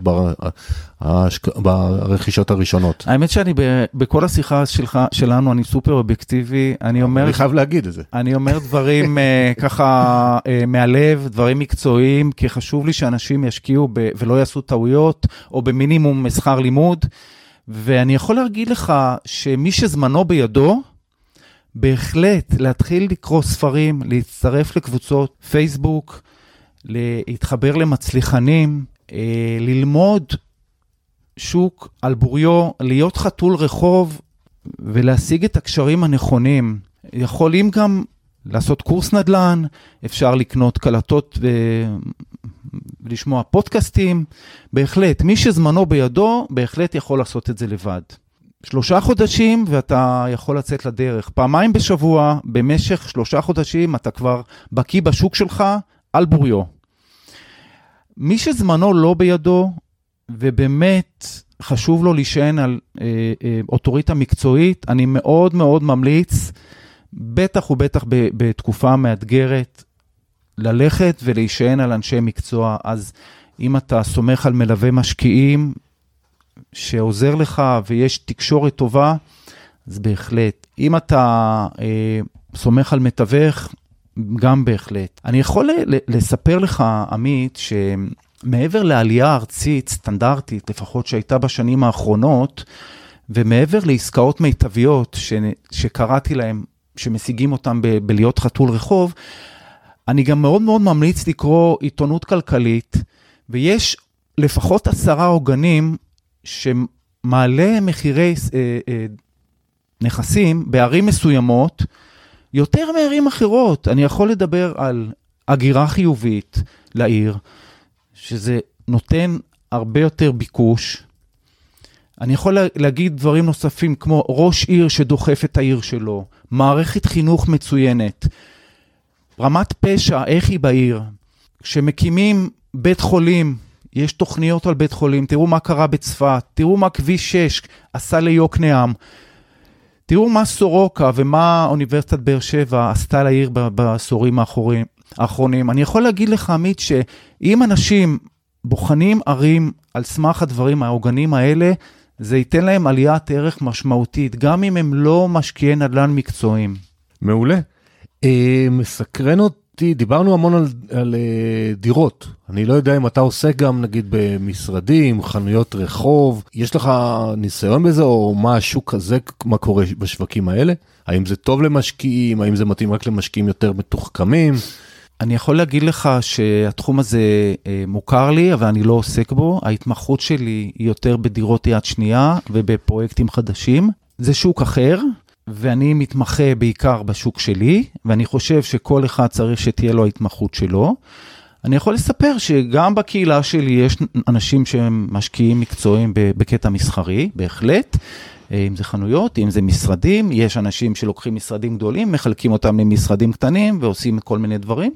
ברכישות הראשונות. האמת שאני בכל השיחה שלנו, אני סופר אובייקטיבי, אני חייב להגיד את זה. אני אומר דברים ככה מהלב, דברים מקצועיים, כי חשוב לי שאנשים ישקיעו ולא יעשו טעויות, או במינימום שכר לימוד, ואני יכול להגיד לך שמי שזמנו בידו, בהחלט להתחיל לקרוא ספרים, להצטרף לקבוצות פייסבוק, להתחבר למצליחנים, ללמוד שוק על בוריו, להיות חתול רחוב ולהשיג את הקשרים הנכונים. יכולים גם לעשות קורס נדל"ן, אפשר לקנות קלטות ולשמוע פודקאסטים. בהחלט, מי שזמנו בידו, בהחלט יכול לעשות את זה לבד. 3 חודשים ואתה יכול לצאת לדרך. 2 בשבוע, במשך 3 חודשים, אתה כבר בקיא בשוק שלך על בוריו. מי שזמנו לא בידו, ובאמת חשוב לו להישען על אוטוריטה מקצועית, אני מאוד מאוד ממליץ, בטח ובטח בתקופה מאתגרת, ללכת ולהישען על אנשי מקצוע. אז אם אתה סומך על מלווה משקיעים, שעוזר לך ויש תקשורת טובה, אז בהחלט. אם אתה סומך על מתווך, גם בהחלט. אני יכול לספר לך, עמית, שמעבר לעלייה ארצית סטנדרטית, לפחות שהייתה בשנים האחרונות, ומעבר לעסקאות מיטביות שקראתי להם, שמשיגים אותם בלהיות חתול רחוב, אני גם מאוד מאוד ממליץ לקרוא עיתונות כלכלית, ויש לפחות 10 עוגנים שמעלה מחירי נכסים בערים מסוימות, יותר מערים אחרות. אני יכול לדבר על הגירה חיובית לעיר, שזה נותן הרבה יותר ביקוש. אני יכול להגיד דברים נוספים כמו ראש עיר שדוחף את העיר שלו, מערכת חינוך מצוינת, רמת פשע, איך היא בעיר, כשמקימים בית חולים, יש תוכניות על בית חולים, תראו מה קרה בצפת, תראו מה כביש 6 עשה ליוקנעם, תראו מה סורוקה ומה אוניברסיטת באר שבע עשתה לעיר בעשורים האחרונים. אני יכול להגיד לך, עמית, שאם אנשים בוחנים ערים על סמך הדברים העוגנים האלה, זה ייתן להם עליית ערך משמעותית, גם אם הם לא משקיעי נדל"ן מקצועיים. מעולה. מסקרן אותי, דיברנו המון על דירות. אני לא יודע אם אתה עושה גם נגיד במשרדים, חנויות רחוב, יש לך ניסיון בזה או מה השוק הזה, מה קורה בשווקים האלה? האם זה טוב למשקיעים, האם זה מתאים רק למשקיעים יותר מתוחכמים? אני יכול להגיד לך שהתחום הזה מוכר לי, אבל אני לא עוסק בו. ההתמחות שלי היא יותר בדירות יד שנייה ובפרויקטים חדשים. זה שוק אחר, ואני מתמחה בעיקר בשוק שלי, ואני חושב שכל אחד צריך שתהיה לו ההתמחות שלו. אני יכול לספר שגם בקהילה שלי יש אנשים שהם משקיעים מקצועיים בקטע מסחרי, בהחלט. אם זה חנויות, אם זה משרדים, יש אנשים שלוקחים משרדים גדולים, מחלקים אותם למשרדים קטנים ועושים כל מיני דברים.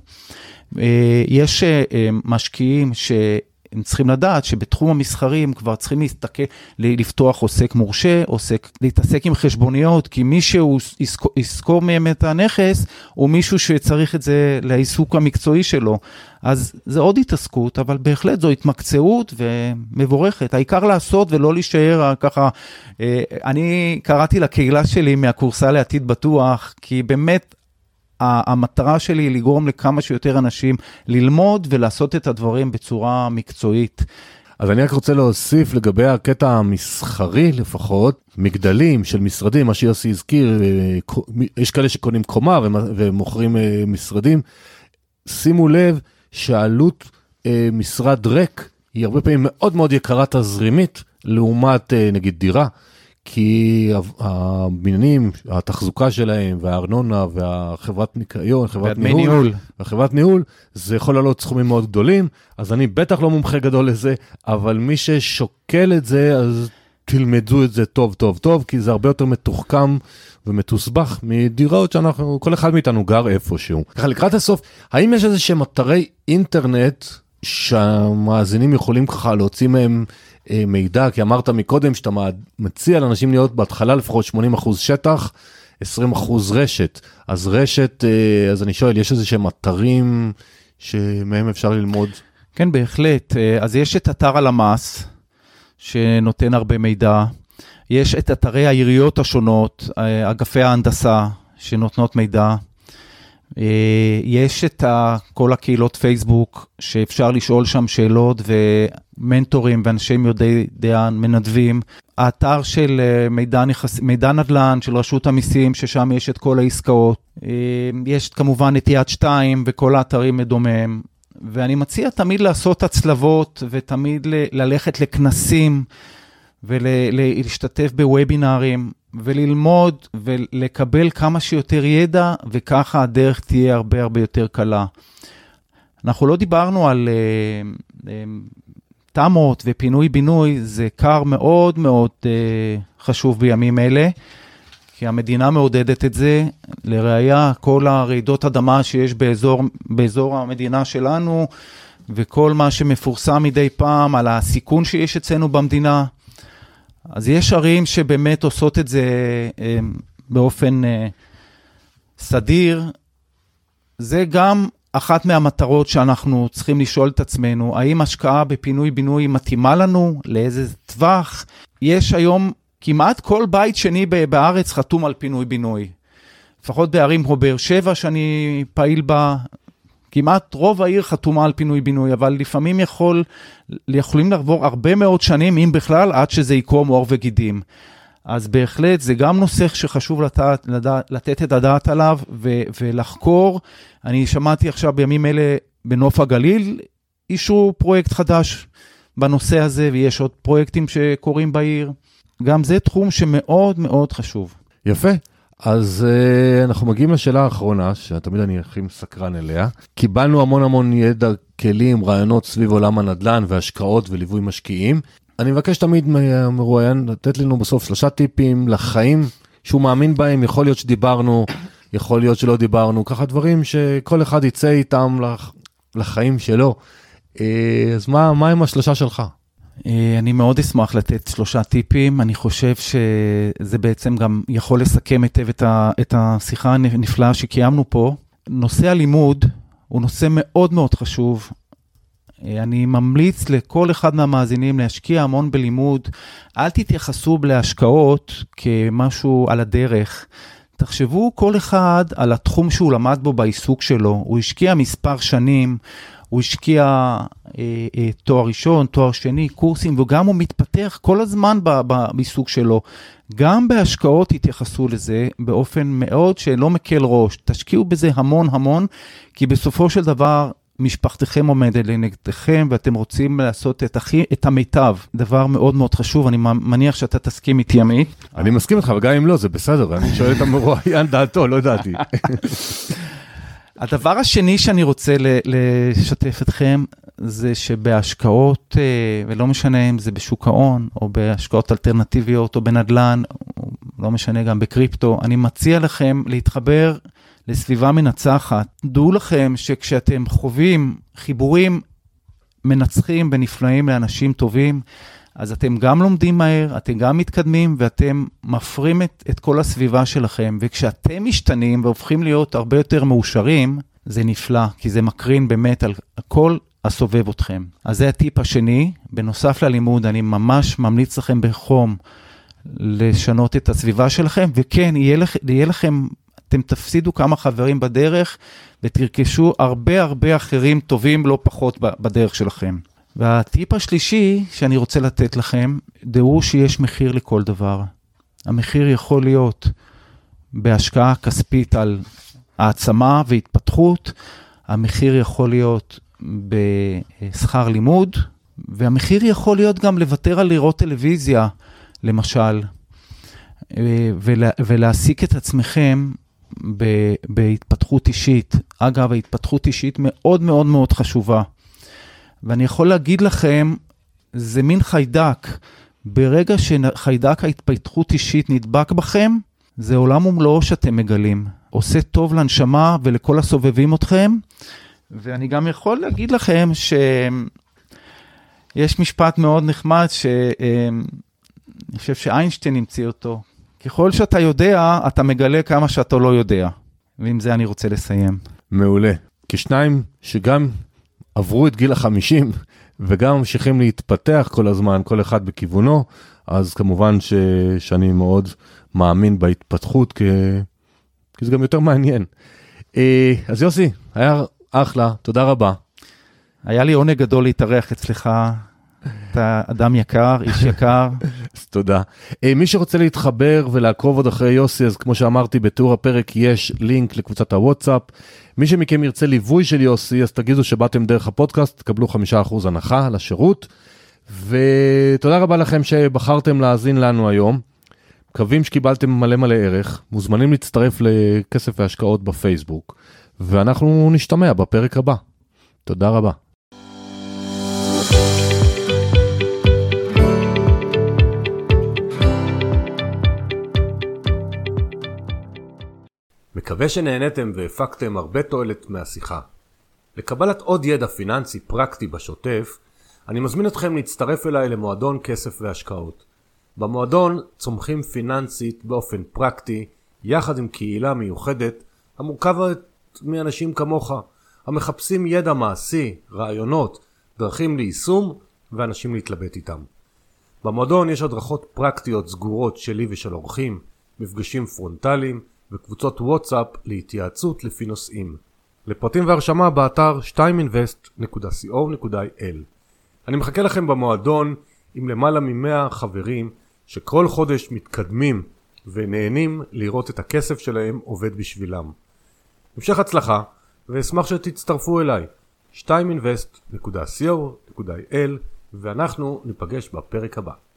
יש משקיעים שהם צריכים לדעת שבתחום המסחרי הם כבר צריכים לפתוח עוסק מורשה, להתעסק עם חשבוניות, כי מישהו יזכור מהם את הנכס, הוא מישהו שצריך את זה לעיסוק המקצועי שלו. אז זה עוד התעסקות, אבל בהחלט זו התמקצעות ומבורכת. העיקר לעשות ולא להישאר ככה. אני קראתי לקהילה שלי מהקורסה לעתיד בטוח, כי באמת המטרה שלי היא לגרום לכמה שיותר אנשים ללמוד ולעשות את הדברים בצורה מקצועית. אז אני רק רוצה להוסיף לגבי הקטע המסחרי לפחות, מגדלים של משרדים, מה שיוסי הזכיר, יש כאלה שקונים קומה ומוכרים משרדים, שימו לב שעלות משרד ריק היא הרבה פעמים מאוד מאוד יקרה תזרימית, לעומת נגיד דירה, כי הבניינים, התחזוקה שלהם, והארנונה, והחברת ניקיון, חברת ניהול, זה יכול לעלות סכומים מאוד גדולים, אז אני בטח לא מומחה גדול לזה, אבל מי ששוקל את זה, אז תלמדו את זה טוב, טוב, טוב, כי זה הרבה יותר מתוחכם ומתוסבך מדירות שאנחנו, כל אחד מאיתנו גר איפשהו. ככה לקראת הסוף, האם יש איזה שהם אתרי אינטרנט שהמאזינים יכולים ככה להוציא מהם מידע, כי אמרת מקודם שאתה מציע לאנשים להיות בהתחלה לפחות 80% שטח, 20% רשת. אז רשת, אז אני שואל, יש איזה שהם אתרים שמהם אפשר ללמוד? כן, בהחלט. אז יש את אתר הלמ"ס, שנותן הרבה מידע. יש את אתרי העיריות השונות, אגפי ההנדסה, שנותנות מידע. יש את כל הקהילות פייסבוק, שאפשר לשאול שם שאלות ומנטורים ואנשי יודעי דעה מנדבים. האתר של מידע נדל"ן של רשות המיסים, ששם יש את כל העסקאות. יש כמובן את יד 2 וכל האתרים מדומיהם. ואני מציע תמיד לעשות הצלבות ותמיד ללכת לכנסים ולהשתתף בוובינרים וללמוד ולקבל כמה שיותר ידע, וככה הדרך תהיה הרבה הרבה יותר קלה. אנחנו לא דיברנו על תמות ופינוי בינוי, זה קר מאוד מאוד חשוב בימים אלה, כי המדינה מעודדת את זה. לראיה, כל הרעידות אדמה שיש באזור המדינה שלנו, וכל מה שמפורסם מדי פעם על הסיכון שיש אצלנו במדינה, אז יש ערים שבאמת עושות את זה באופן סדיר. זה גם אחת מהמטרות שאנחנו צריכים לשאול את עצמנו, האם השקעה בפינוי בינוי מתאימה לנו, לאיזה טווח? יש היום כמעט כל בית שני בארץ חתום על פינוי בינוי. לפחות בערים כמו באר שבע שאני פעיל בה, כמעט רוב העיר חתומה על פינוי בינוי, אבל לפעמים יכולים לעבור הרבה מאוד שנים, אם בכלל, עד שזה יקום עור וגידים. אז בהחלט זה גם נושא שחשוב לתת את הדעת עליו ולחקור. אני שמעתי עכשיו בימים אלה בנוף הגליל, אישרו פרויקט חדש בנושא הזה, ויש עוד פרויקטים שקורים בעיר. גם זה תחום שמאוד מאוד חשוב. יפה. אז אנחנו מגיעים לשאלה האחרונה, שתמיד אני הכי מסקרן אליה. קיבלנו המון ידע, כלים, רעיונות סביב עולם הנדל"ן והשקעות וליווי משקיעים. אני מבקש תמיד מרואיין לתת לנו בסוף 3 טיפים לחיים שהוא מאמין בהם. יכול להיות שדיברנו, יכול להיות שלא דיברנו, ככה דברים שכל אחד יצא איתם לחיים שלו. אז מה עם 3 שלך? אני מאוד אשמח לתת 3 טיפים. אני חושב שזה בעצם גם יכול לסכם היטב את השיחה הנפלאה שקיימנו פה. נושא הלימוד הוא נושא מאוד מאוד חשוב. אני ממליץ לכל אחד מהמאזינים להשקיע המון בלימוד. אל תתייחסו להשקעות כמשהו על הדרך. תחשבו כל אחד על התחום שהוא למד בו בעיסוק שלו. הוא השקיע מספר שנים, הוא השקיע תואר ראשון, תואר שני, קורסים, וגם הוא מתפתח כל הזמן בעיסוק שלו. גם בהשקעות התייחסו לזה באופן מאוד שלא מקל ראש. תשקיעו בזה המון, כי בסופו של דבר משפחתכם עומדת לנגדכם, ואתם רוצים לעשות את המיטב. דבר מאוד מאוד חשוב, אני מניח שאתה תסכים איתי, עמית. אני מסכים איתך, וגם אם לא, זה בסדר, אני שואל את המרואיין דעתו, לא ידעתי. הדבר השני שאני רוצה לשתף אתכם, זה שבהשקעות, ולא משנה אם זה בשוק ההון, או בהשקעות אלטרנטיביות, או בנדלן, או לא משנה גם בקריפטו, אני מציע לכם להתחבר לסביבה מנצחת. דעו לכם שכשאתם חווים חיבורים מנצחים ונפלאים לאנשים טובים, אז אתם גם לומדים מהר, אתם גם מתקדמים, ואתם מפרים את כל הסביבה שלכם. וכשאתם משתנים והופכים להיות הרבה יותר מאושרים, זה נפלא, כי זה מקרין באמת על כל הסובב אתכם. אז זה הטיפ השני. בנוסף ללימוד, אני ממליץ לכם בחום לשנות את הסביבה שלכם, וכן, יהיה לכם, אתם תפסידו כמה חברים בדרך, ותרכשו הרבה אחרים טובים לא פחות בדרך שלכם. והטיפ השלישי שאני רוצה לתת לכם, דעו שיש מחיר לכל דבר. המחיר יכול להיות בהשקעה כספית על העצמה והתפתחות, המחיר יכול להיות בשכר לימוד, והמחיר יכול להיות גם לוותר על לראות טלוויזיה, למשל, ולהעסיק את עצמכם בהתפתחות אישית. אגב, ההתפתחות אישית מאוד מאוד מאוד חשובה. ואני יכול להגיד לכם, זה מין חיידק. ברגע שחיידק ההתפתחות אישית נדבק בכם, זה עולם ומלואו שאתם מגלים. עושה טוב לנשמה ולכל הסובבים אתכם. ואני גם יכול להגיד לכם שיש משפט מאוד נחמד אני חושב שאיינשטיין המציא אותו. ככל שאתה יודע, אתה מגלה כמה שאתה לא יודע. ועם זה אני רוצה לסיים. מעולה. כשניים שגם עברו את גיל 50, וגם ממשיכים להתפתח כל הזמן, כל אחד בכיוונו, אז כמובן שאני מאוד מאמין בהתפתחות, כי זה גם יותר מעניין. אז יוסי, היה אחלה, תודה רבה. היה לי עונג גדול להתארח אצלך, אתה אדם יקר, איש יקר. תודה. מי שרוצה להתחבר ולעקוב עוד אחרי יוסי, אז כמו שאמרתי, בתיאור הפרק יש לינק לקבוצת הוואטסאפ. מי שמכם ירצה ליווי של יוסי, אז תגידו שבאתם דרך הפודקאסט, תקבלו 5% הנחה לשירות. ותודה רבה לכם שבחרתם להאזין לנו היום. מקווים שקיבלתם מלא ערך. מוזמנים להצטרף לכסף והשקעות בפייסבוק. ואנחנו נשתמע בפרק הבא. תודה רבה. מקווה שנהנתם והפקתם הרבה תועלת מהשיחה. לקבלת עוד ידע פיננסי פרקטי בשוטף, אני מזמין אתכם להצטרף אליי למועדון כסף והשקעות. במועדון צומחים פיננסית באופן פרקטי, יחד עם קהילה מיוחדת, המורכבת מאנשים כמוך, המחפשים ידע מעשי, רעיונות, דרכים ליישום ואנשים להתלבט איתם. במועדון יש הדרכות פרקטיות סגורות שלי ושל אורחים, מפגשים פרונטליים וקבוצות וואטסאפ להתייעצות לפי נושאים. לפרטים והרשמה באתר 2invest.co.il. אני מחכה לכם במועדון עם למעלה מ100 חברים שכל חודש מתקדמים ונהנים לראות את הכסף שלהם עובד בשבילם. המשך הצלחה ואשמח שתצטרפו אליי 2invest.co.il ואנחנו ניפגש בפרק הבא.